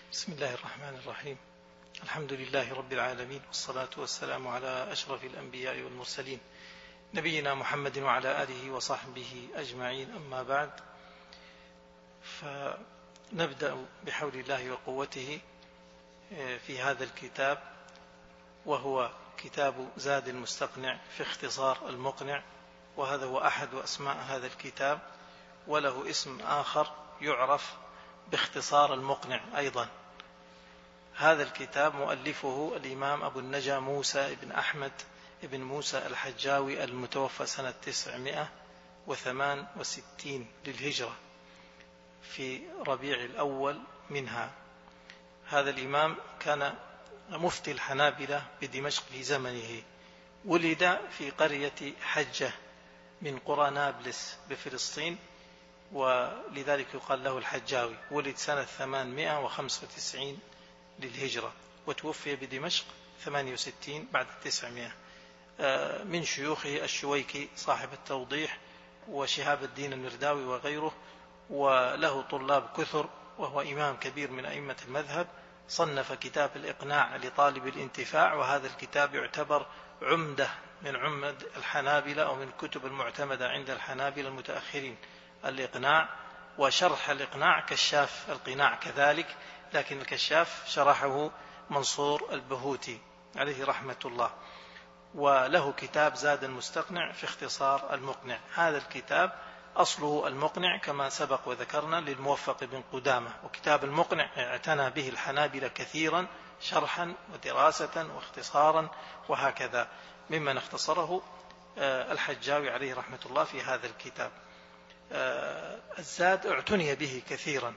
بسم الله الرحمن الرحيم. الحمد لله رب العالمين، والصلاة والسلام على أشرف الأنبياء والمرسلين، نبينا محمد وعلى آله وصحبه أجمعين. أما بعد، فنبدأ بحول الله وقوته في هذا الكتاب، وهو كتاب زاد المستقنع في اختصار المقنع، وهذا هو أحد أسماء هذا الكتاب، وله اسم آخر يعرف باختصار المقنع أيضا. هذا الكتاب مؤلفه الإمام أبو النجا موسى بن أحمد بن موسى الحجاوي، المتوفى سنة 968 للهجرة في ربيع الأول منها. هذا الإمام كان مفتي الحنابلة بدمشق في زمنه. ولد في قرية حجة من قرى نابلس بفلسطين، ولذلك يقال له الحجاوي. ولد سنة 895 للهجرة، وتوفي بدمشق 68 بعد 900. من شيوخه الشويكي صاحب التوضيح، وشهاب الدين المرداوي وغيره، وله طلاب كثر، وهو إمام كبير من أئمة المذهب. صنف كتاب الإقناع لطالب الانتفاع، وهذا الكتاب يعتبر عمدة من عمد الحنابلة، أو من الكتب المعتمدة عند الحنابلة المتأخرين. الإقناع، وشرح الإقناع كشاف القناع كذلك، لكن الكشاف شرحه منصور البهوتي عليه رحمة الله. وله كتاب زاد المستقنع في اختصار المقنع. هذا الكتاب أصله المقنع كما سبق وذكرنا للموفق بن قدامة، وكتاب المقنع اعتنى به الحنابلة كثيرا شرحا ودراسة واختصارا وهكذا، ممن اختصره الحجاوي عليه رحمة الله في هذا الكتاب. الزاد اعتني به كثيرا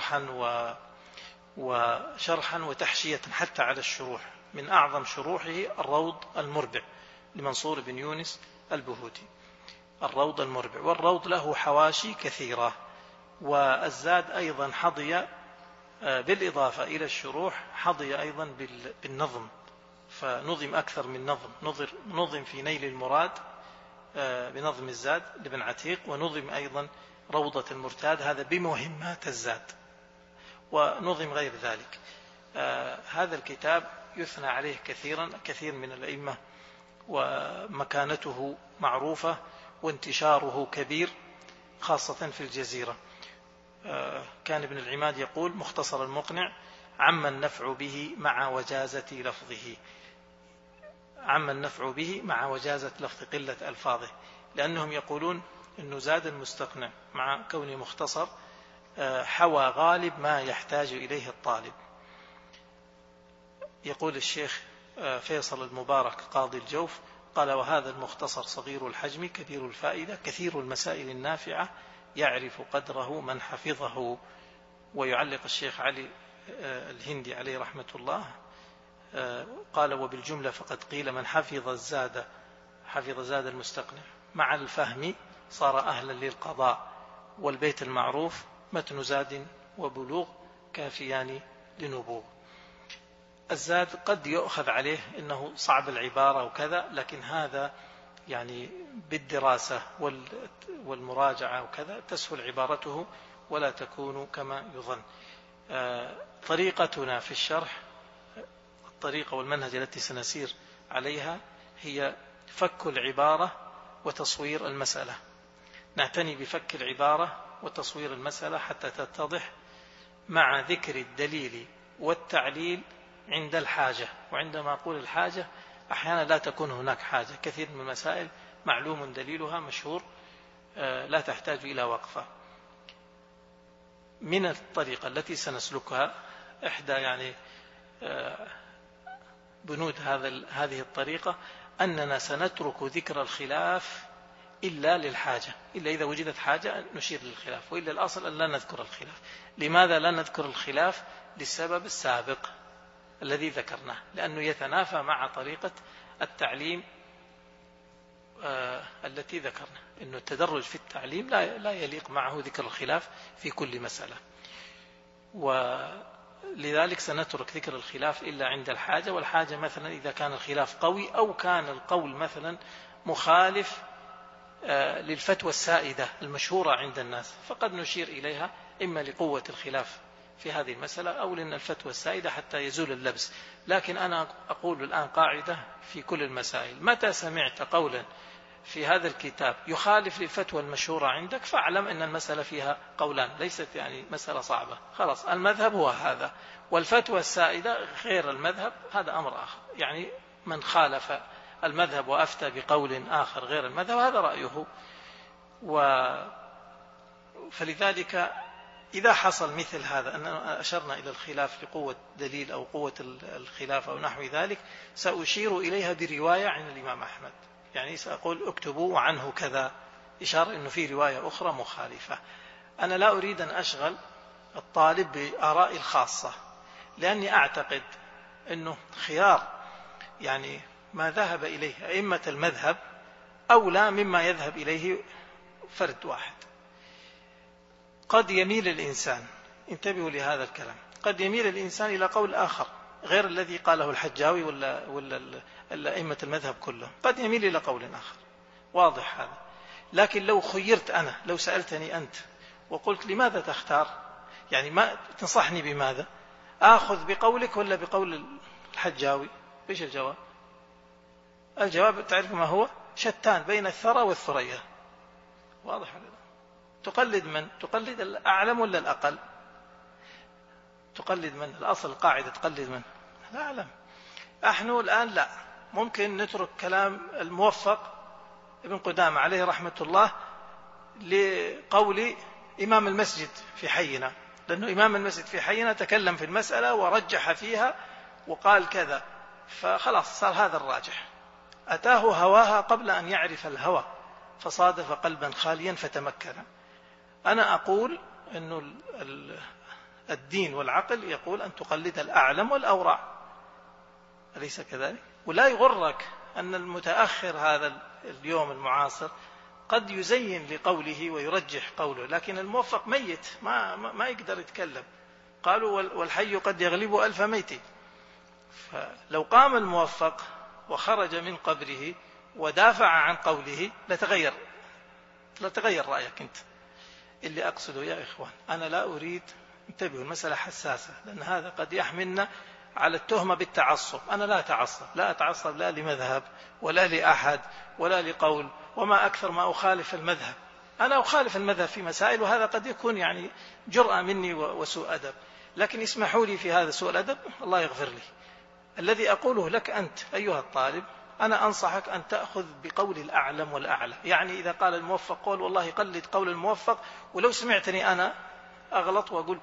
شرحا وتحشية حتى على الشروح. من أعظم شروحه الروض المربع لمنصور بن يونس البهوتي، الروض المربع. والروض له حواشي كثيرة. والزاد أيضا حظي بالإضافة إلى الشروح، حظي أيضا بالنظم، فنظم أكثر من نظم. نظم في نيل المراد بنظم الزاد لابن عتيق، ونظم أيضا روضة المرتاد، هذا بمهمات الزاد، ونظم غير ذلك. هذا الكتاب يثنى عليه كثيرا، كثير من الأئمة، ومكانته معروفة، وانتشاره كبير خاصة في الجزيرة. كان ابن العماد يقول: مختصر المقنع عم النفع به مع وجازة لفظه. عم النفع به مع وجازة لفظ، قلة ألفاظه، لأنهم يقولون أنه زاد المستقنع مع كونه مختصر حوى غالب ما يحتاج إليه الطالب. يقول الشيخ فيصل المبارك قاضي الجوف قال: وهذا المختصر صغير الحجم كبير الفائدة كثير المسائل النافعة يعرف قدره من حفظه. ويعلق الشيخ علي الهندي عليه رحمة الله قال: وبالجملة فقد قيل من حفظ زاد المستقنع مع الفهم صار أهلا للقضاء، والبيت المعروف متن زاد وبلوغ كافيان لنبوغ. الزاد قد يؤخذ عليه إنه صعب العبارة وكذا، لكن هذا يعني بالدراسة والمراجعة وكذا تسهل عبارته ولا تكون كما يظن. طريقتنا في الشرح، الطريقة والمنهج التي سنسير عليها، هي فك العبارة وتصوير المسألة. نعتني بفك العبارة وتصوير المسألة حتى تتضح، مع ذكر الدليل والتعليل عند الحاجة. وعندما أقول الحاجة، أحيانا لا تكون هناك حاجة. كثير من المسائل معلوم دليلها مشهور، لا تحتاج إلى وقفة. من الطريقة التي سنسلكها، إحدى بنود هذه الطريقة، أننا سنترك ذكر الخلاف إلا للحاجة، إلا إذا وجدت حاجة نشير للخلاف، وإلا الأصل أن لا نذكر الخلاف. لماذا لا نذكر الخلاف؟ للسبب السابق الذي ذكرناه، لأنه يتنافى مع طريقة التعليم التي ذكرنا، أنه التدرج في التعليم لا يليق معه ذكر الخلاف في كل مسألة. ولذلك سنترك ذكر الخلاف إلا عند الحاجة. والحاجة مثلا إذا كان الخلاف قوي، أو كان القول مثلا مخالف للفتوى السائدة المشهورة عند الناس، فقد نشير إليها إما لقوة الخلاف في هذه المسألة، أو لأن الفتوى السائدة حتى يزول اللبس. لكن أنا أقول الآن قاعدة في كل المسائل: متى سمعت قولا في هذا الكتاب يخالف للفتوى المشهورة عندك فاعلم أن المسألة فيها قولان، ليست يعني مسألة صعبة. خلاص، المذهب هو هذا، والفتوى السائدة غير المذهب هذا أمر آخر. يعني من خالف المذهب وأفتى بقول آخر غير المذهب هذا رأيه. فلذلك إذا حصل مثل هذا، أننا أشرنا إلى الخلاف لقوة دليل أو قوة الخلاف أو نحو ذلك، سأشير إليها برواية عن الإمام أحمد. يعني سأقول اكتبوا عنه كذا، إشارة أنه في رواية أخرى مخالفة. أنا لا أريد أن أشغل الطالب بآرائي الخاصة، لأني أعتقد أنه خيار يعني ما ذهب إليه أئمة المذهب أولى مما يذهب إليه فرد واحد. قد يميل الإنسان، انتبهوا لهذا الكلام، قد يميل الإنسان إلى قول آخر غير الذي قاله الحجاوي ولا أئمة المذهب كلهم، قد يميل إلى قول آخر، واضح هذا. لكن لو خيرت أنا، لو سألتني أنت وقلت لماذا تختار، يعني ما تنصحني بماذا، آخذ بقولك ولا بقول الحجاوي؟ إيش الجواب؟ الجواب تعرف ما هو؟ شتان بين الثرى والثريا. واضح هذا. تقلد من؟ تقلد الأعلم ولا الأقل؟ تقلد من؟ الأصل القاعدة تقلد من؟ الأعلم. نحن الآن لا، ممكن نترك كلام الموفق ابن قدامة عليه رحمة الله لقول إمام المسجد في حينا، لأنه إمام المسجد في حينا تكلم في المسألة ورجح فيها وقال كذا، فخلاص صار هذا الراجح. أتاه هواها قبل أن يعرف الهوى، فصادف قلبا خاليا فتمكن. أنا أقول أنه الدين والعقل يقول أن تقلد الأعلم والأورع، أليس كذلك؟ ولا يغرك أن المتأخر هذا اليوم المعاصر قد يزين لقوله ويرجح قوله، لكن الموفق ميت ما يقدر يتكلم. قالوا والحي قد يغلب 1000 ميت. فلو قام الموفق وخرج من قبره ودافع عن قوله لتغير رأيك أنت. اللي أقصده يا إخوان، أنا لا أريد، انتبهوا المسألة حساسة، لأن هذا قد يحملنا على التهمة بالتعصب. أنا لا أتعصب لا لمذهب ولا لأحد ولا لقول، وما أكثر ما أخالف المذهب. أنا أخالف المذهب في مسائل، وهذا قد يكون يعني جرأة مني وسوء أدب، لكن اسمحوا لي في هذا سوء الأدب، الله يغفر لي. الذي أقوله لك أنت أيها الطالب، أنا أنصحك أن تأخذ بقول الأعلم والأعلى. يعني إذا قال الموفق قول، والله قلد قول الموفق، ولو سمعتني أنا أغلط وأقول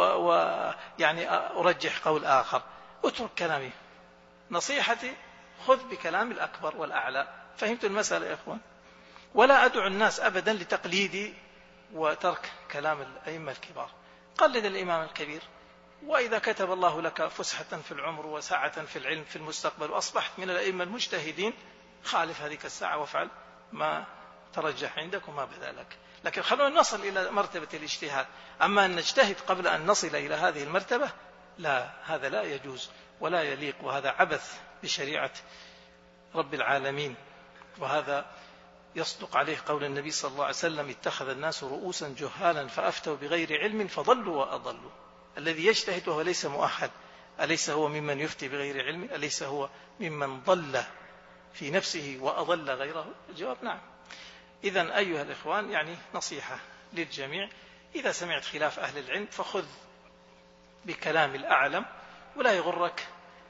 يعني أرجح قول آخر، اترك كلامي. نصيحتي خذ بكلام الأكبر والأعلى. فهمت المسألة يا إخوان؟ ولا أدعو الناس أبدا لتقليدي وترك كلام الأئمة الكبار. قلد الإمام الكبير، وإذا كتب الله لك فسحة في العمر وسعة في العلم في المستقبل وأصبحت من الأئمة المجتهدين، خالف هذيك الساعة وافعل ما ترجح عندك وما بدا لك. لكن خلونا نصل إلى مرتبة الاجتهاد. أما أن نجتهد قبل أن نصل إلى هذه المرتبة، لا، هذا لا يجوز ولا يليق، وهذا عبث بشريعة رب العالمين. وهذا يصدق عليه قول النبي صلى الله عليه وسلم: اتخذ الناس رؤوسا جهالا فأفتوا بغير علم فضلوا وأضلوا. الذي يجتهد وهو ليس مؤهل، أليس هو ممن يفتي بغير علم؟ أليس هو ممن ضل في نفسه وأضل غيره؟ الجواب نعم. إذن أيها الإخوان، يعني نصيحة للجميع: إذا سمعت خلاف أهل العلم فخذ بكلام الأعلم، ولا يغرك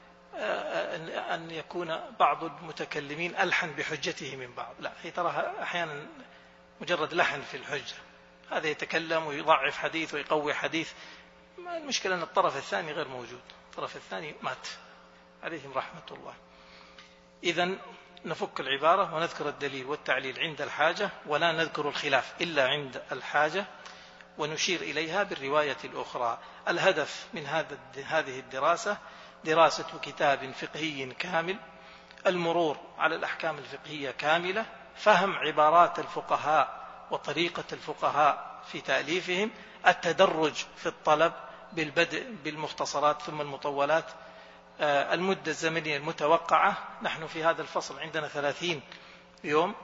أن يكون بعض المتكلمين ألحن بحجته من بعض. لا، هي تراها أحيانا مجرد لحن في الحجة. هذا يتكلم ويضعف حديث ويقوي حديث. المشكلة أن الطرف الثاني غير موجود، الطرف الثاني مات عليهم رحمة الله. إذن نفك العبارة ونذكر الدليل والتعليل عند الحاجة، ولا نذكر الخلاف إلا عند الحاجة، ونشير إليها بالرواية الأخرى. الهدف من هذه الدراسة دراسة كتاب فقهي كامل، المرور على الأحكام الفقهية كاملة، فهم عبارات الفقهاء وطريقة الفقهاء في تأليفهم، التدرج في الطلب بالبدء بالمختصرات ثم المطولات، المدة الزمنية المتوقعة. نحن في هذا الفصل عندنا 30 يوم،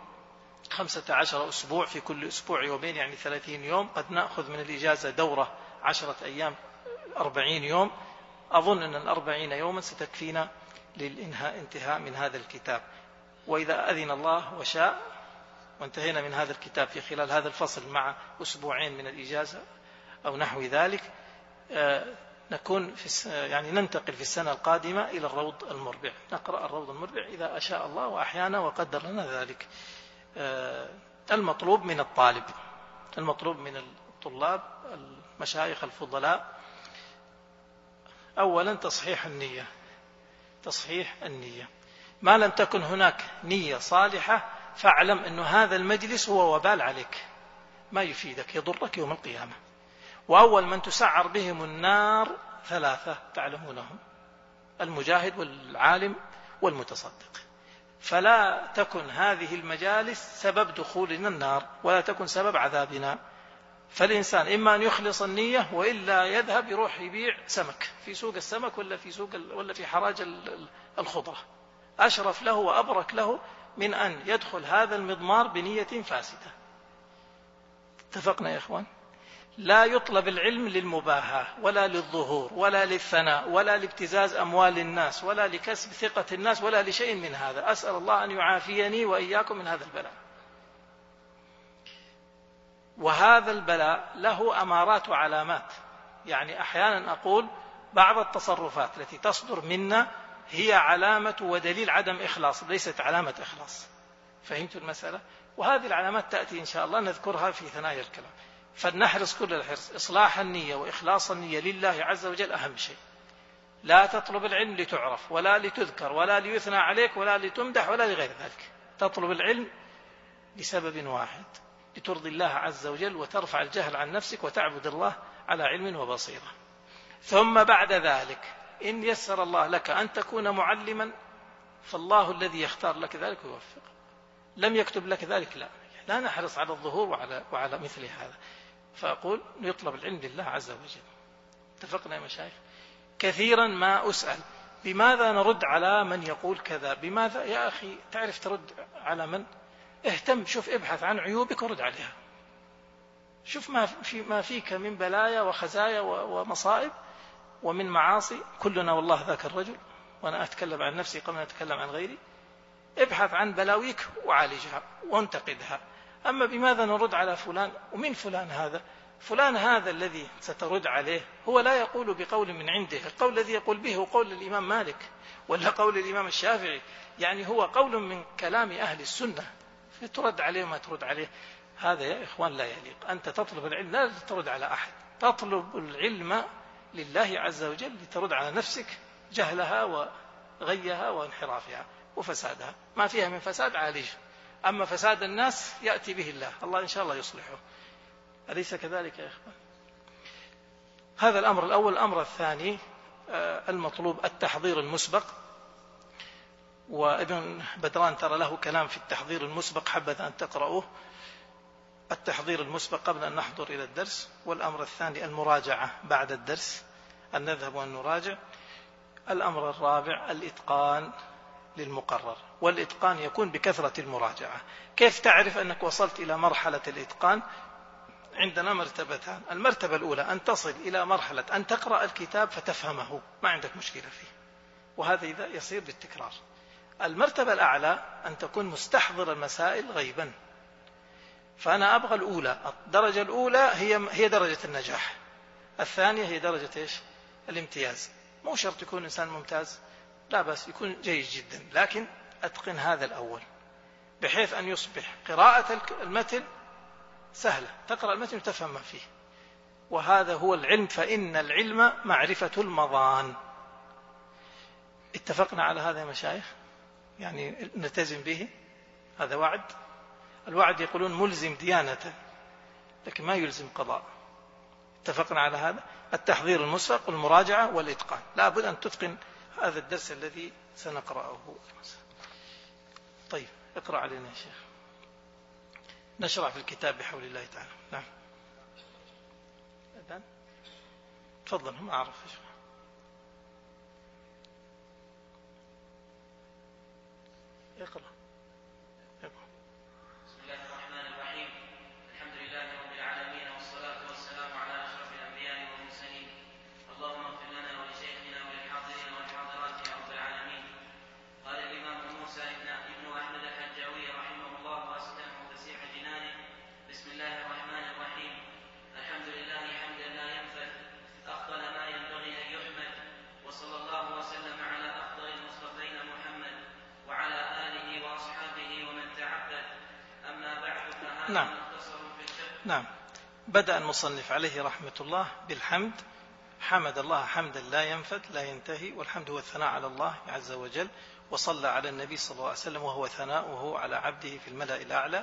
15 أسبوع، في كل أسبوع يومين، يعني 30 يوم. قد نأخذ من الإجازة دورة 10 أيام 40 يوم. أظن أن 40 يوما ستكفينا للانتهاء من هذا الكتاب، وإذا أذن الله وشاء وانتهينا من هذا الكتاب في خلال هذا الفصل مع أسبوعين من الإجازة أو نحو ذلك، نكون يعني ننتقل في السنة القادمة إلى الروض المربع، نقرأ الروض المربع إذا أشاء الله وأحيانا وقدر لنا ذلك. المطلوب من الطالب، المطلوب من الطلاب المشايخ الفضلاء، أولا تصحيح النية. تصحيح النية، ما لم تكن هناك نية صالحة فاعلم أن هذا المجلس هو وبال عليك، ما يفيدك، يضرك يوم القيامة. وأول من تسعر بهم النار 3 تعلمونهم: المجاهد والعالم والمتصدق. فلا تكن هذه المجالس سبب دخولنا النار ولا تكن سبب عذابنا. فالإنسان إما أن يخلص النية وإلا يذهب يروح يبيع سمك في سوق السمك ولا في حراج الخضرة، أشرف له وأبرك له من أن يدخل هذا المضمار بنية فاسدة. اتفقنا يا إخوان؟ لا يطلب العلم للمباهاة ولا للظهور ولا للثناء ولا لابتزاز أموال الناس ولا لكسب ثقة الناس ولا لشيء من هذا. أسأل الله أن يعافيني وإياكم من هذا البلاء. وهذا البلاء له أمارات وعلامات، يعني أحيانا أقول بعض التصرفات التي تصدر منا هي علامة ودليل عدم إخلاص، ليست علامة إخلاص. فهمت المسألة؟ وهذه العلامات تأتي إن شاء الله نذكرها في ثنايا الكلام. فلنحرص كل الحرص، إصلاح النية وإخلاص النية لله عز وجل أهم شيء. لا تطلب العلم لتعرف ولا لتذكر ولا ليثنى عليك ولا لتمدح ولا لغير ذلك. تطلب العلم لسبب واحد: لترضي الله عز وجل وترفع الجهل عن نفسك وتعبد الله على علم وبصيرة. ثم بعد ذلك إن يسر الله لك أن تكون معلما فالله الذي يختار لك ذلك ويوفق. لم يكتب لك ذلك لا نحرص على الظهور وعلى مثل هذا. فأقول يطلب العلم لله عز وجل. اتفقنا يا مشايخ؟ كثيرا ما أسأل بماذا نرد على من يقول كذا؟ بماذا يا أخي تعرف ترد على من؟ اهتم، شوف، ابحث عن عيوبك ورد عليها. شوف ما فيك من بلايا وخزايا ومصائب ومن معاصي، كلنا والله ذاك الرجل، وأنا أتكلم عن نفسي قبل أن أتكلم عن غيري. ابحث عن بلاويك وعالجها وانتقدها. أما بماذا نرد على فلان؟ ومن فلان هذا؟ فلان هذا الذي سترد عليه هو لا يقول بقول من عنده، القول الذي يقول به هو قول الإمام مالك ولا قول الإمام الشافعي، يعني هو قول من كلام أهل السنة، فترد عليه ما ترد عليه. هذا يا إخوان لا يليق. أنت تطلب العلم لا ترد على أحد، تطلب العلم لله عز وجل لترد على نفسك جهلها وغيها وانحرافها وفسادها. ما فيها من فساد عالجه، أما فساد الناس يأتي به الله إن شاء الله يصلحه. أليس كذلك يا إخوان؟ هذا الأمر الأول. الأمر الثاني المطلوب التحضير المسبق. وابن بدران ترى له كلام في التحضير المسبق، حبذا أن تقرأوه. التحضير المسبق قبل أن نحضر إلى الدرس. والأمر الثاني المراجعة بعد الدرس، أن نذهب وأن نراجع. الأمر الرابع الإتقان للمقرر، والإتقان يكون بكثرة المراجعة. كيف تعرف أنك وصلت إلى مرحلة الإتقان؟ عندنا مرتبتان. المرتبة الأولى أن تصل إلى مرحلة أن تقرأ الكتاب فتفهمه، ما عندك مشكلة فيه، وهذا إذا يصير بالتكرار. المرتبة الأعلى أن تكون مستحضر المسائل غيبا. فأنا أبغى الأولى، الدرجة الأولى هي درجة النجاح، الثانية هي درجة الامتياز. مو شرط يكون إنسان ممتاز، لا بس يكون جيد جدا، لكن أتقن هذا الأول بحيث أن يصبح قراءة المتن سهلة، تقرأ المتن وتفهم ما فيه. وهذا هو العلم، فإن العلم معرفة المضان. اتفقنا على هذا يا مشايخ؟ يعني نلتزم به، هذا وعد. الوعد يقولون ملزم ديانة لكن ما يلزم قضاء. اتفقنا على هذا. التحضير المسبق والمراجعة والإتقان، لا بد أن تتقن هذا الدرس الذي سنقرأه. طيب اقرأ علينا يا شيخ، نشرع في الكتاب بحول الله تعالى. نعم أذن، تفضل. ما أعرف اقرأ. بسم الله الرحمن الرحيم. الحمد لله رب العالمين، والصلاة والسلام على أشرف الأنبياء والمرسلين. اللهم نعم نعم. بدأ المصنف عليه رحمة الله بالحمد، حمد الله حمدا لا ينفد لا ينتهي، والحمد هو الثناء على الله عز وجل، وصلى على النبي صلى الله عليه وسلم وهو ثناؤه على عبده في الملأ الأعلى.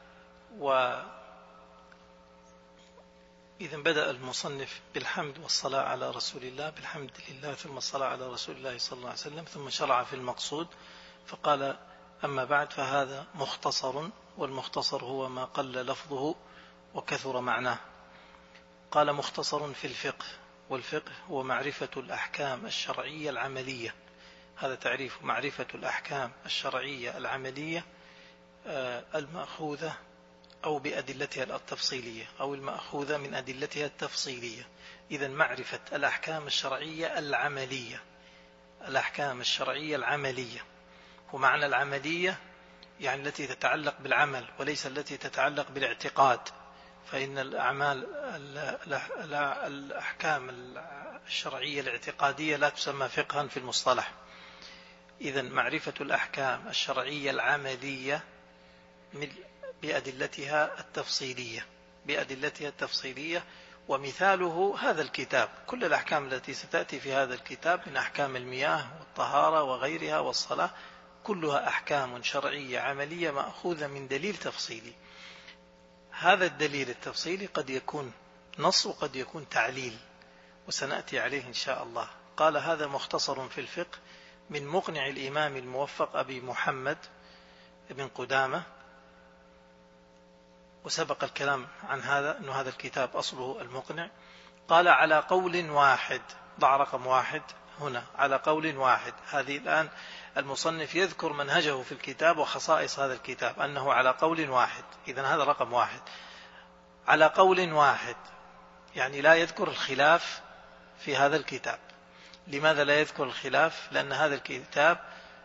إذا بدأ المصنف بالحمد والصلاة على رسول الله، بالحمد لله ثم الصلاة على رسول الله صلى الله عليه وسلم، ثم شرع في المقصود فقال: أما بعد، فهذا مختصر، والمختصر هو ما قل لفظه وكثر معناه. قال: مختصر في الفقه، والفقه هو معرفة الأحكام الشرعية العملية. هذا تعريف معرفة الأحكام الشرعية العملية المأخوذة أو بأدلتها التفصيلية أو المأخوذة من أدلتها التفصيلية. إذن معرفة الأحكام الشرعية العملية، الأحكام الشرعية العملية. ومعنى العملية يعني التي تتعلق بالعمل وليس التي تتعلق بالاعتقاد، فإن الأعمال الأحكام الشرعية الاعتقادية لا تسمى فقها في المصطلح. إذن معرفة الأحكام الشرعية العملية بأدلتها التفصيلية، ومثاله هذا الكتاب. كل الأحكام التي ستأتي في هذا الكتاب من أحكام المياه والطهارة وغيرها والصلاة كلها أحكام شرعية عملية مأخوذة من دليل تفصيلي. هذا الدليل التفصيلي قد يكون نص وقد يكون تعليل، وسنأتي عليه إن شاء الله. قال: هذا مختصر في الفقه من مقنع الإمام الموفق أبي محمد بن قدامة. وسبق الكلام عن هذا، أن هذا الكتاب أصله المقنع. قال: على قول واحد، ضع رقم واحد هنا، على قول واحد. هذه الآن المصنف يذكر منهجه في الكتاب وخصائص هذا الكتاب أنه على قول واحد. إذن هذا رقم واحد، على قول واحد، يعني لا يذكر الخلاف في هذا الكتاب. لماذا لا يذكر الخلاف؟ لأن هذا الكتاب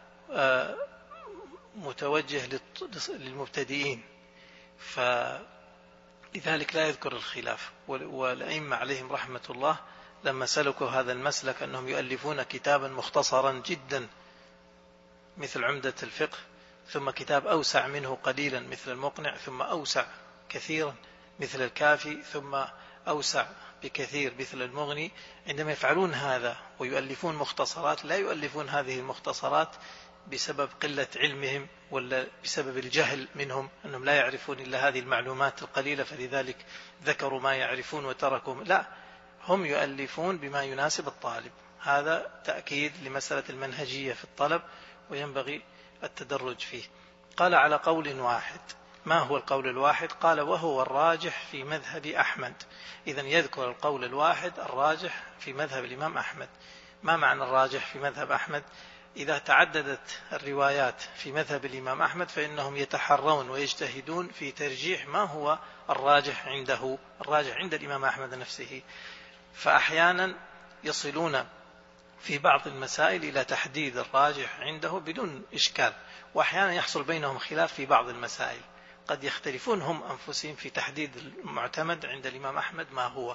متوجه للمبتدئين، فلذلك لا يذكر الخلاف. والأئمة عليهم رحمة الله لما سلكوا هذا المسلك أنهم يؤلفون كتابا مختصرا جدا مثل عمدة الفقه، ثم كتاب أوسع منه قليلا مثل المقنع، ثم أوسع كثيرا مثل الكافي، ثم أوسع بكثير مثل المغني. عندما يفعلون هذا ويؤلفون مختصرات، لا يؤلفون هذه المختصرات بسبب قلة علمهم ولا بسبب الجهل منهم، أنهم لا يعرفون إلا هذه المعلومات القليلة فلذلك ذكروا ما يعرفون وتركوا. لا، هم يؤلفون بما يناسب الطالب. هذا تأكيد لمسألة المنهجية في الطلب، وينبغي التدرج فيه. قال: على قول واحد. ما هو القول الواحد؟ قال: وهو الراجح في مذهب أحمد. إذن يذكر القول الواحد الراجح في مذهب الإمام أحمد. ما معنى الراجح في مذهب أحمد؟ إذا تعددت الروايات في مذهب الإمام أحمد فإنهم يتحرون ويجتهدون في ترجيح ما هو الراجح عنده، الراجح عند الإمام أحمد نفسه. فأحيانا يصلون في بعض المسائل إلى تحديد الراجح عنده بدون إشكال، وأحيانا يحصل بينهم خلاف في بعض المسائل، قد يختلفون هم أنفسهم في تحديد المعتمد عند الإمام أحمد ما هو.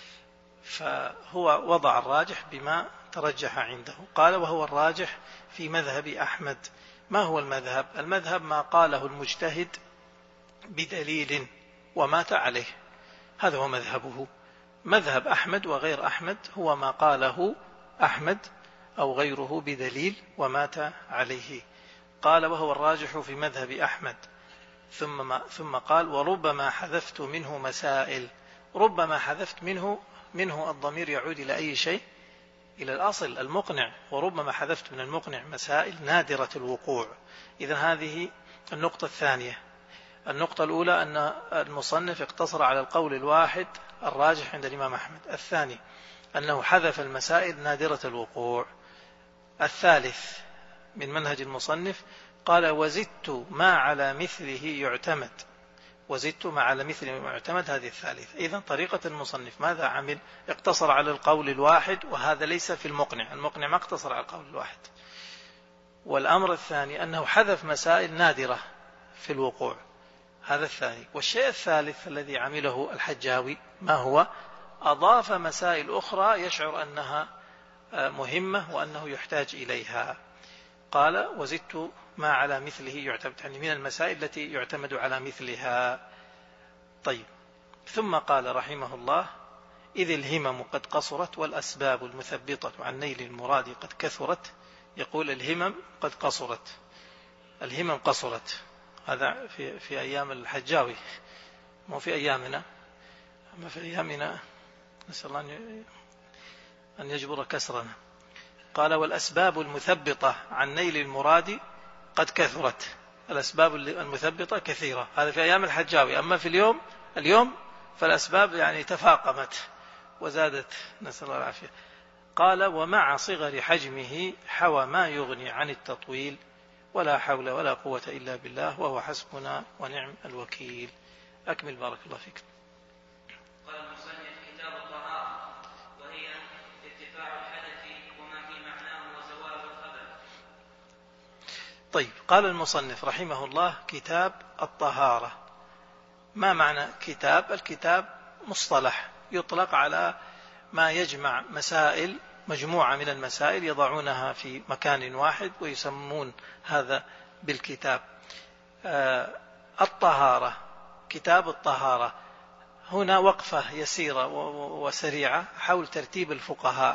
فهو وضع الراجح بما ترجح عنده. قال: وهو الراجح في مذهب أحمد. ما هو المذهب؟ المذهب ما قاله المجتهد بدليل ومات عليه، هذا هو مذهبه. مذهب أحمد وغير أحمد هو ما قاله أحمد أو غيره بدليل ومات عليه. قال: وهو الراجح في مذهب أحمد. ثم قال: وربما حذفت منه مسائل. ربما حذفت منه الضمير يعود إلى أي شيء؟ إلى الأصل المقنع. وربما حذفت من المقنع مسائل نادرة الوقوع. إذن هذه النقطة الثانية. النقطة الأولى أن المصنف اقتصر على القول الواحد الراجح عند الإمام أحمد. الثاني أنه حذف المسائل نادرة الوقوع. الثالث من منهج المصنف قال: وزدت ما على مثله يعتمد. وزدت ما على مثله يعتمد، هذه الثالثة. إذن طريقة المصنف ماذا عمل؟ اقتصر على القول الواحد، وهذا ليس في المقنع. المقنع ما اقتصر على القول الواحد. والأمر الثاني أنه حذف مسائل نادرة في الوقوع، هذا الثاني. والشيء الثالث الذي عمله الحجاوي ما هو؟ أضاف مسائل أخرى يشعر أنها مهمة وأنه يحتاج إليها. قال: وزدت ما على مثله يعتمد، يعني من المسائل التي يعتمد على مثلها. طيب. ثم قال رحمه الله: إذ الهمم قد قصرت والأسباب المثبطة عن نيل المراد قد كثرت. يقول الهمم قد قصرت، الهمم قصرت، هذا في أيام الحجاوي، مو في أيامنا. أما في أيامنا نسأل الله أن يجبر كسرنا. قال: والأسباب المثبطة عن نيل المراد قد كثرت. الأسباب المثبطة كثيرة، هذا في أيام الحجاوي. أما في اليوم فالأسباب يعني تفاقمت وزادت، نسأل الله العافية. قال: ومع صغر حجمه حوى ما يغني عن التطويل، ولا حول ولا قوة إلا بالله، وهو حسبنا ونعم الوكيل. أكمل بارك الله فيك. قال المصنف: كتاب الطهارة، وهي ارتفاع الحدث وما في معناه وزوال الخبث. طيب. قال المصنف رحمه الله: كتاب الطهارة. ما معنى كتاب؟ الكتاب مصطلح يطلق على ما يجمع مسائل، مجموعة من المسائل يضعونها في مكان واحد ويسمون هذا بالكتاب. الطهارة، كتاب الطهارة. هنا وقفة يسيرة وسريعة حول ترتيب الفقهاء.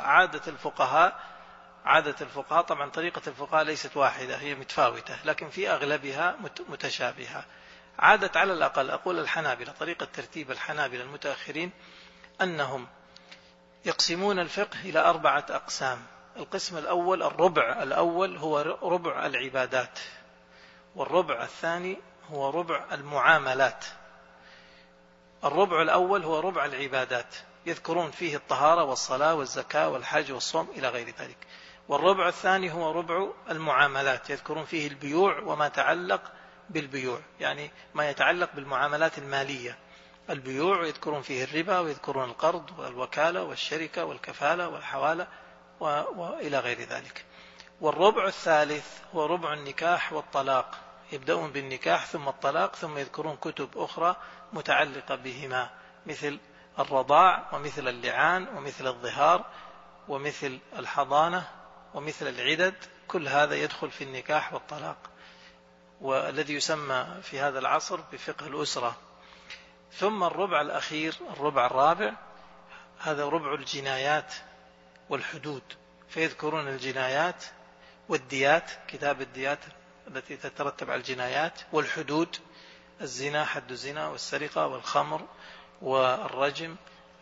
عادة الفقهاء طبعا طريقة الفقهاء ليست واحدة، هي متفاوتة، لكن في أغلبها متشابهة. عادة على الأقل أقول الحنابلة، طريقة ترتيب الحنابلة المتأخرين أنهم يقسمون الفقه إلى 4 أقسام. القسم الأول، الربع الأول، هو ربع العبادات، والربع الثاني هو ربع المعاملات. الربع الأول هو ربع العبادات، يذكرون فيه الطهارة والصلاة والزكاة والحج والصوم إلى غير ذلك. والربع الثاني هو ربع المعاملات، يذكرون فيه البيوع وما تعلق بالبيوع، يعني ما يتعلق بالمعاملات المالية. البيوع يذكرون فيه الربا، ويذكرون القرض والوكالة والشركة والكفالة والحوالة وإلى غير ذلك. والربع الثالث هو ربع النكاح والطلاق، يبدأون بالنكاح ثم الطلاق، ثم يذكرون كتب أخرى متعلقة بهما، مثل الرضاع ومثل اللعان ومثل الظهار ومثل الحضانة ومثل العدد. كل هذا يدخل في النكاح والطلاق، والذي يسمى في هذا العصر بفقه الأسرة. ثم الربع الأخير، الربع الرابع، هذا ربع الجنايات والحدود، فيذكرون الجنايات والديات، كتاب الديات التي تترتب على الجنايات، والحدود، الزنا، حد الزنا، والسرقة والخمر والرجم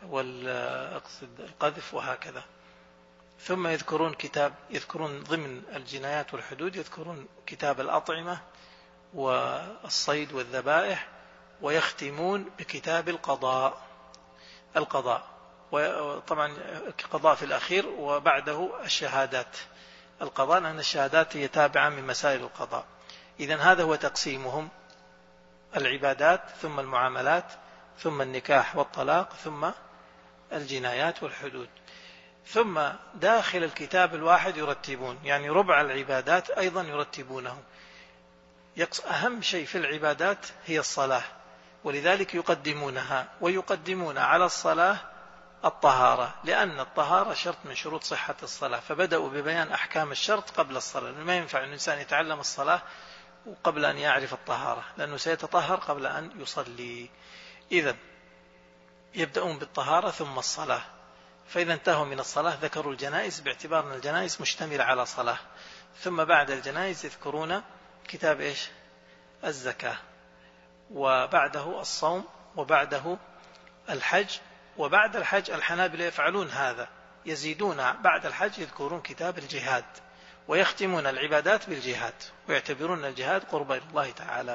والقذف وهكذا. ثم يذكرون ضمن الجنايات والحدود يذكرون كتاب الأطعمة والصيد والذبائح، ويختمون بكتاب القضاء، وطبعا القضاء في الأخير، وبعده الشهادات. القضاء لأن الشهادات هي تابعة من مسائل القضاء. إذن هذا هو تقسيمهم: العبادات، ثم المعاملات، ثم النكاح والطلاق، ثم الجنايات والحدود. ثم داخل الكتاب الواحد يرتبون، يعني ربع العبادات أيضا يرتبونه. أهم شيء في العبادات هي الصلاة، ولذلك يقدمونها، ويقدمون على الصلاة الطهارة، لأن الطهارة شرط من شروط صحة الصلاة، فبدأوا ببيان أحكام الشرط قبل الصلاة. ما ينفع أن الإنسان يتعلم الصلاة قبل أن يعرف الطهارة، لأنه سيتطهر قبل أن يصلي. إذن يبدأون بالطهارة ثم الصلاة. فإذا انتهوا من الصلاة ذكروا الجنائز، باعتبار أن الجنائز مشتملة على صلاة. ثم بعد الجنائز يذكرون كتاب الزكاة، وبعده الصوم، وبعده الحج. وبعد الحج الحنابلة يفعلون هذا، يزيدون بعد الحج يذكرون كتاب الجهاد، ويختمون العبادات بالجهاد، ويعتبرون الجهاد قرب إلى الله تعالى.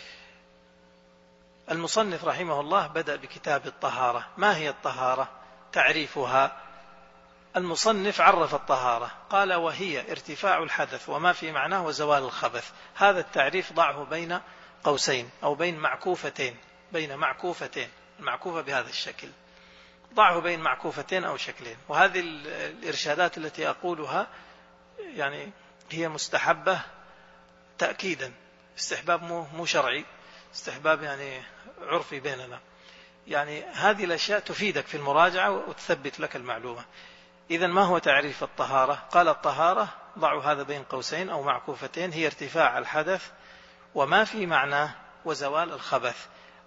المصنف رحمه الله بدأ بكتاب الطهارة. ما هي الطهارة؟ تعريفها. المصنف عرف الطهارة، قال: وهي ارتفاع الحدث وما في معناه وزوال الخبث. هذا التعريف ضعه بين قوسين أو بين معكوفتين، المعكوفة بهذا الشكل، ضعه بين معكوفتين أو شكلين. وهذه الإرشادات التي أقولها يعني هي مستحبة تأكيدا، استحباب مو شرعي، استحباب يعني عرفي بيننا. يعني هذه الأشياء تفيدك في المراجعة وتثبت لك المعلومة. إذن ما هو تعريف الطهارة؟ قال: الطهارة، ضعوا هذا بين قوسين أو معكوفتين، هي ارتفاع الحدث وما في معناه وزوال الخبث.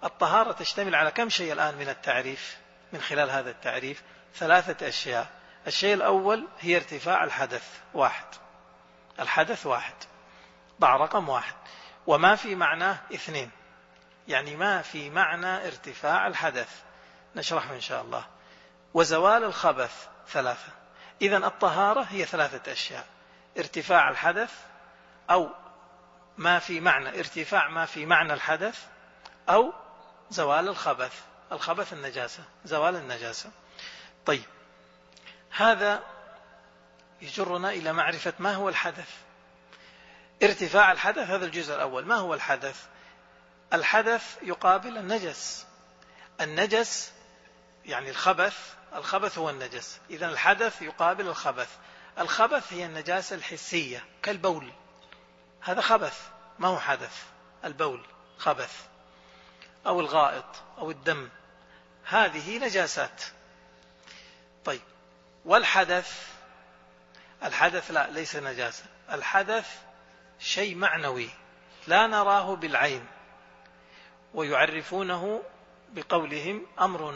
الطهارة تشتمل على كم شيء الآن من التعريف؟ من خلال هذا التعريف 3 أشياء. الشيء الأول هي ارتفاع الحدث، 1. الحدث 1، ضع رقم 1. وما في معناه 2، يعني ما في معنى ارتفاع الحدث، نشرحه إن شاء الله. وزوال الخبث 3. إذن الطهارة هي 3 أشياء: ارتفاع الحدث، أو ما في معنى ارتفاع ما في معنى الحدث، أو زوال الخبث. الخبث النجاسة، زوال النجاسة. طيب، هذا يجرنا إلى معرفة ما هو الحدث. ارتفاع الحدث هذا الجزء الأول. ما هو الحدث؟ الحدث يقابل النجس. النجس يعني الخبث هو النجس، إذن الحدث يقابل الخبث. الخبث هي النجاسة الحسية كالبول، هذا خبث ما هو حدث. البول خبث، أو الغائط أو الدم، هذه نجاسات. طيب، والحدث؟ الحدث لا، ليس نجاسة. الحدث شيء معنوي لا نراه بالعين، ويعرفونه بقولهم أمر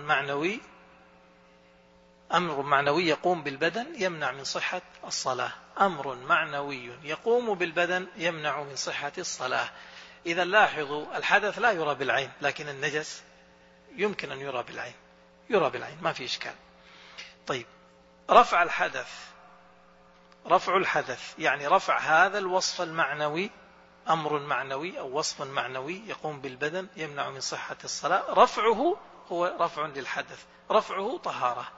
معنوي يقوم بالبدن يمنع من صحة الصلاة. أمر معنوي يقوم بالبدن يمنع من صحة الصلاة. إذا لاحظوا، الحدث لا يرى بالعين، لكن النجس يمكن أن يرى بالعين، ما في إشكال. طيب، رفع الحدث يعني رفع هذا الوصف المعنوي، أمر معنوي أو وصف معنوي يقوم بالبدن يمنع من صحة الصلاة، رفعه هو رفع للحدث، رفعه طهارة.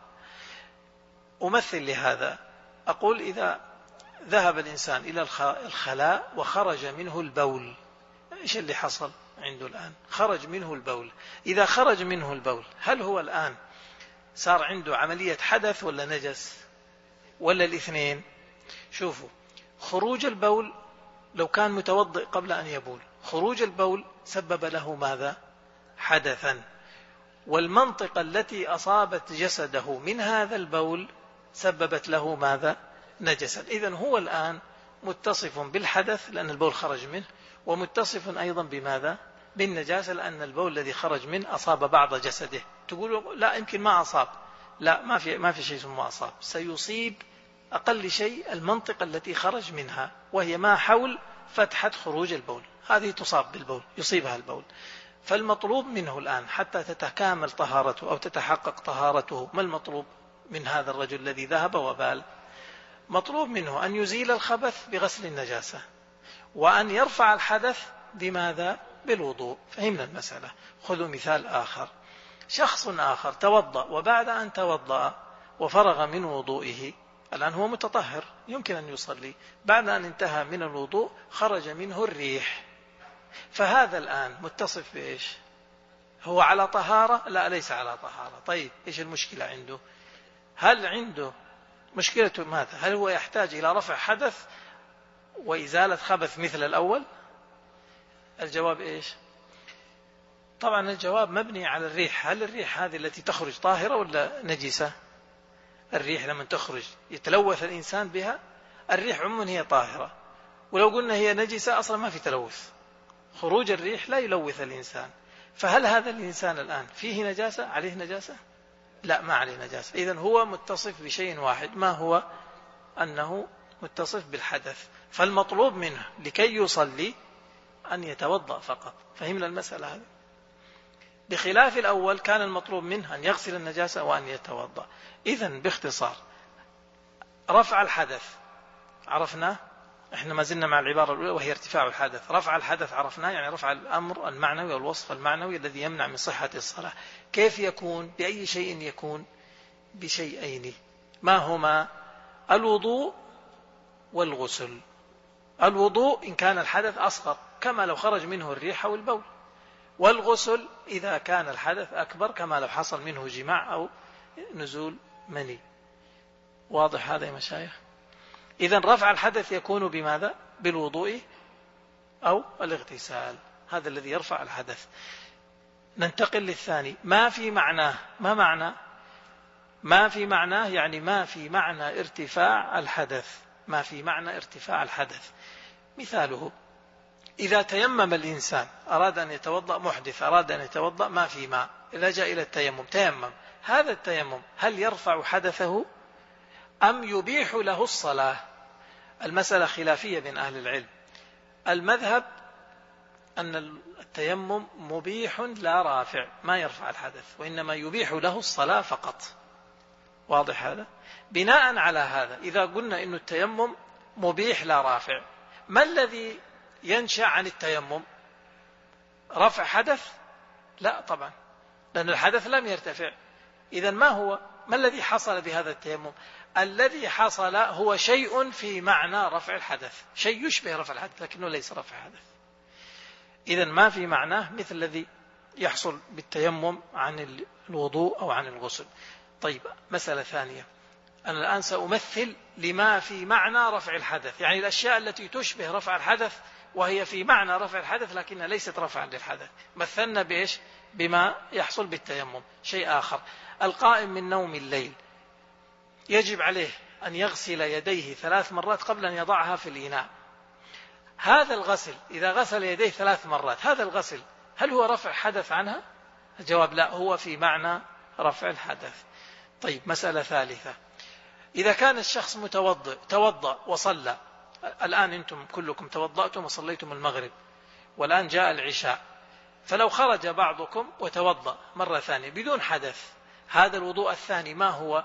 أمثل لهذا، أقول إذا ذهب الإنسان إلى الخلاء وخرج منه البول، إيش اللي حصل عنده الآن؟ خرج منه البول. إذا خرج منه البول، هل هو الآن صار عنده عملية حدث ولا نجس ولا الاثنين؟ شوفوا، خروج البول لو كان متوضئ قبل أن يبول، خروج البول سبب له ماذا؟ حدثا. والمنطقة التي أصابت جسده من هذا البول سببت له ماذا؟ نجسا. إذن هو الآن متصف بالحدث لأن البول خرج منه، ومتصف أيضا بماذا؟ بالنجاسة، لأن البول الذي خرج منه أصاب بعض جسده. تقول لا، يمكن ما أصاب. لا، ما في شيء اسمه أصاب، سيصيب أقل شيء المنطقة التي خرج منها، وهي ما حول فتحة خروج البول، هذه تصاب بالبول، يصيبها البول. فالمطلوب منه الآن حتى تتكامل طهارته أو تتحقق طهارته، ما المطلوب من هذا الرجل الذي ذهب وبال؟ مطلوب منه أن يزيل الخبث بغسل النجاسة، وأن يرفع الحدث بماذا؟ بالوضوء. فهمنا المسألة. خذوا مثال آخر، شخص آخر توضأ، وبعد أن توضأ وفرغ من وضوئه، الآن هو متطهر يمكن أن يصلي، بعد أن انتهى من الوضوء خرج منه الريح، فهذا الآن متصف بإيش؟ هو على طهارة؟ لا، ليس على طهارة. طيب، إيش المشكلة عنده؟ هل عنده مشكلة ماذا؟ هل هو يحتاج إلى رفع حدث وإزالة خبث مثل الأول؟ الجواب إيش؟ طبعا الجواب مبني على الريح. هل الريح هذه التي تخرج طاهرة ولا نجسة؟ الريح لما تخرج يتلوث الإنسان بها؟ الريح عموما هي طاهرة، ولو قلنا هي نجسة أصلا ما في تلوث، خروج الريح لا يلوث الإنسان. فهل هذا الإنسان الآن فيه نجاسة؟ عليه نجاسة؟ لا، ما عليه نجاسة. إذن هو متصف بشيء واحد، ما هو؟ أنه متصف بالحدث. فالمطلوب منه لكي يصلي أن يتوضأ فقط. فهمنا المسألة هذه؟ بخلاف الأول كان المطلوب منه أن يغسل النجاسة وأن يتوضأ. إذن باختصار، رفع الحدث عرفناه، احنا ما زلنا مع العبارة الأولى وهي ارتفاع الحدث. رفع الحدث عرفناه، يعني رفع الأمر المعنوي والوصف المعنوي الذي يمنع من صحة الصلاة. كيف يكون؟ بأي شيء يكون؟ بشيئين، ما هما؟ الوضوء والغسل. الوضوء إن كان الحدث أصغر كما لو خرج منه الريح أو البول، والغسل إذا كان الحدث أكبر كما لو حصل منه جماع أو نزول مني. واضح هذا يا مشايخ؟ إذن رفع الحدث يكون بماذا؟ بالوضوء أو الاغتسال، هذا الذي يرفع الحدث. ننتقل للثاني، ما في معناه. ما معنى ما في معناه؟ يعني ما في معنى ارتفاع الحدث. ما في معنى ارتفاع الحدث. مثاله إذا تيمم الإنسان أراد أن يتوضأ، محدث أراد أن يتوضأ ما في ماء، لجأ إلى التيمم، تيمم، هذا التيمم هل يرفع حدثه أم يبيح له الصلاة؟ المسألة خلافية بين أهل العلم. المذهب أن التيمم مبيح لا رافع، ما يرفع الحدث، وإنما يبيح له الصلاة فقط. واضح هذا؟ بناء على هذا إذا قلنا إن التيمم مبيح لا رافع، ما الذي ينشأ عن التيمم؟ رفع حدث؟ لا طبعا، لأن الحدث لم يرتفع. إذن ما الذي حصل بهذا التيمم؟ الذي حصل هو شيء في معنى رفع الحدث، شيء يشبه رفع الحدث لكنه ليس رفع حدث. إذن ما في معناه مثل الذي يحصل بالتيمم عن الوضوء أو عن الغسل. طيب، مسألة ثانية، أنا الآن سأمثل لما في معنى رفع الحدث، يعني الأشياء التي تشبه رفع الحدث وهي في معنى رفع الحدث لكنها ليست رفعا للحدث. مثلنا بإيش؟ بما يحصل بالتيمم. شيء آخر، القائم من نوم الليل يجب عليه أن يغسل يديه 3 مرات قبل أن يضعها في الإناء. هذا الغسل إذا غسل يديه 3 مرات، هذا الغسل هل هو رفع حدث عنها؟ الجواب لا، هو في معنى رفع الحدث. طيب، مسألة ثالثة، إذا كان الشخص متوضئ، توضأ وصلى، الآن أنتم كلكم توضأتم وصليتم المغرب، والآن جاء العشاء، فلو خرج بعضكم وتوضأ مرة ثانية بدون حدث، هذا الوضوء الثاني ما هو؟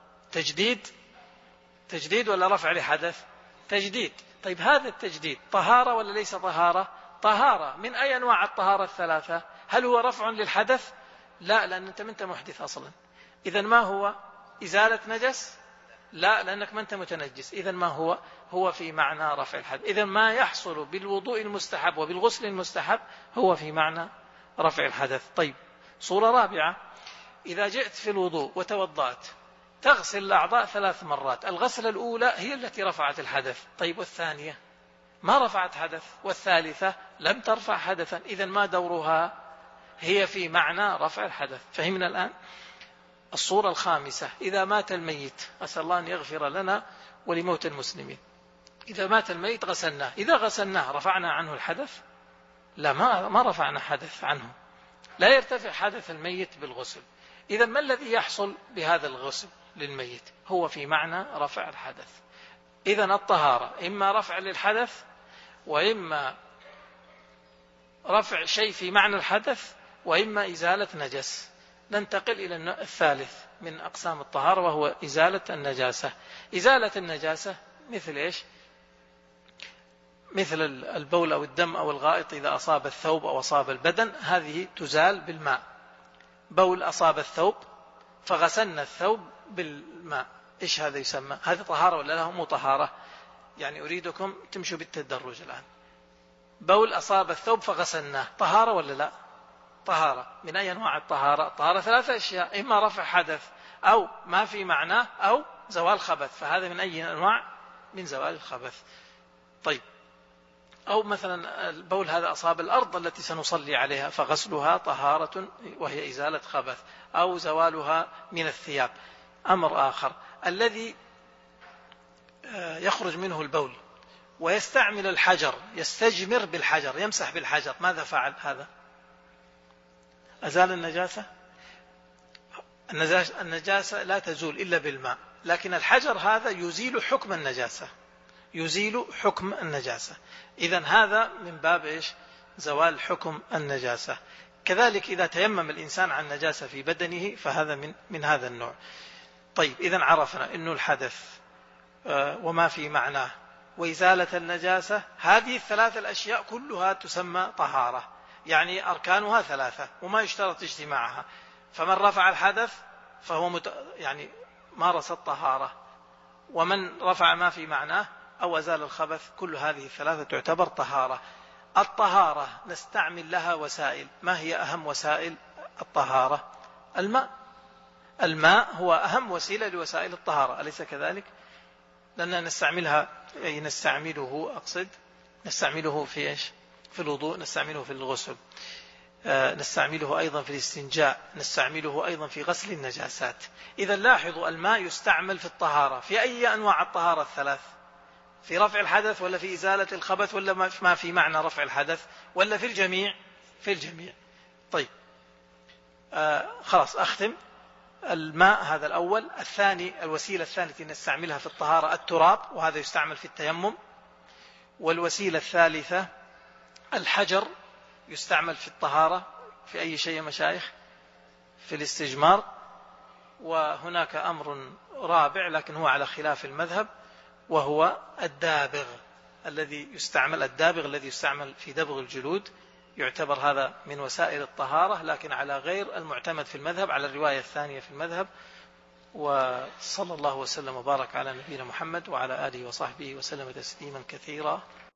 تجديد ولا رفع لحدث؟ تجديد. طيب، هذا التجديد طهارة ولا ليس طهارة؟ طهارة. من أي أنواع الطهارة الثلاثة؟ هل هو رفع للحدث؟ لا، لأن أنت ما أنت محدث أصلا. إذن ما هو؟ إزالة نجس؟ لا، لأنك ما أنت متنجس. إذن ما هو في معنى رفع الحدث. إذن ما يحصل بالوضوء المستحب وبالغسل المستحب هو في معنى رفع الحدث. طيب، صورة رابعة، إذا جئت في الوضوء وتوضأت تغسل الأعضاء 3 مرات، الغسلة الأولى هي التي رفعت الحدث، طيب والثانية ما رفعت حدث، والثالثة لم ترفع حدثا، إذن ما دورها؟ هي في معنى رفع الحدث. فهمنا الآن؟ الصورة الخامسة، إذا مات الميت، أسأل الله أن يغفر لنا ولموت المسلمين، إذا مات الميت غسلناه، إذا غسلناه رفعنا عنه الحدث؟ لا، ما رفعنا حدث عنه، لا يرتفع حدث الميت بالغسل. إذا ما الذي يحصل بهذا الغسل للميت؟ هو في معنى رفع الحدث. إذا الطهارة إما رفع للحدث وإما رفع شيء في معنى الحدث وإما إزالة نجس. ننتقل إلى الثالث من أقسام الطهارة وهو إزالة النجاسة. إزالة النجاسة مثل إيش؟ مثل البول أو الدم أو الغائط إذا أصاب الثوب أو أصاب البدن، هذه تزال بالماء. بول أصاب الثوب فغسلنا الثوب بالماء، إيش هذا يسمى؟ هذا طهارة ولا لا؟ مو طهارة؟ يعني أريدكم تمشوا بالتدرج الآن. بول أصاب الثوب فغسلناه، طهارة ولا لا؟ طهارة. من أي أنواع الطهارة؟ الطهارة 3 أشياء، إما رفع حدث أو ما في معناه أو زوال خبث، فهذا من أي أنواع؟ من زوال الخبث. طيب، أو مثلا البول هذا أصاب الأرض التي سنصلي عليها فغسلها طهارة وهي إزالة خبث، أو زوالها من الثياب. أمر آخر، الذي يخرج منه البول ويستعمل الحجر، يستجمر بالحجر، يمسح بالحجر، ماذا فعل هذا؟ أزال النجاسة؟ النجاسة لا تزول إلا بالماء، لكن الحجر هذا يزيل حكم النجاسة، يزيل حكم النجاسة. إذن هذا من باب إيش؟ زوال حكم النجاسة. كذلك إذا تيمم الإنسان عن نجاسة في بدنه فهذا من هذا النوع. طيب، إذن عرفنا أنه الحدث وما في معناه وإزالة النجاسة، هذه ال3 الأشياء كلها تسمى طهارة، يعني أركانها 3 وما يشترط اجتماعها. فمن رفع الحدث فهو يعني مارس الطهارة، ومن رفع ما في معناه أو أزال الخبث، كل هذه ال3 تعتبر طهارة. الطهارة نستعمل لها وسائل، ما هي أهم وسائل الطهارة؟ الماء هو أهم وسيلة لوسائل الطهارة، أليس كذلك؟ لأننا نستعملها، أي نستعمله في إيش؟ في الوضوء، نستعمله في الغسل، نستعمله أيضا في الاستنجاء، نستعمله أيضا في غسل النجاسات. إذا لاحظوا، الماء يستعمل في الطهارة. في أي أنواع الطهارة ال3؟ في رفع الحدث ولا في إزالة الخبث ولا ما في معنى رفع الحدث ولا في الجميع؟ في الجميع. طيب خلاص أختم. الماء هذا الأول. الثاني الوسيلة الثانية التي نستعملها في الطهارة التراب، وهذا يستعمل في التيمم. والوسيلة الثالثة الحجر، يستعمل في الطهارة في أي شيء يا مشايخ؟ في الاستجمار. وهناك أمر رابع لكن هو على خلاف المذهب، وهو الدابغ الذي يستعمل في دبغ الجلود، يعتبر هذا من وسائل الطهارة لكن على غير المعتمد في المذهب، على الرواية الثانية في المذهب. وصلى الله وسلم وبارك على نبينا محمد وعلى آله وصحبه وسلم تسليما كثيرا.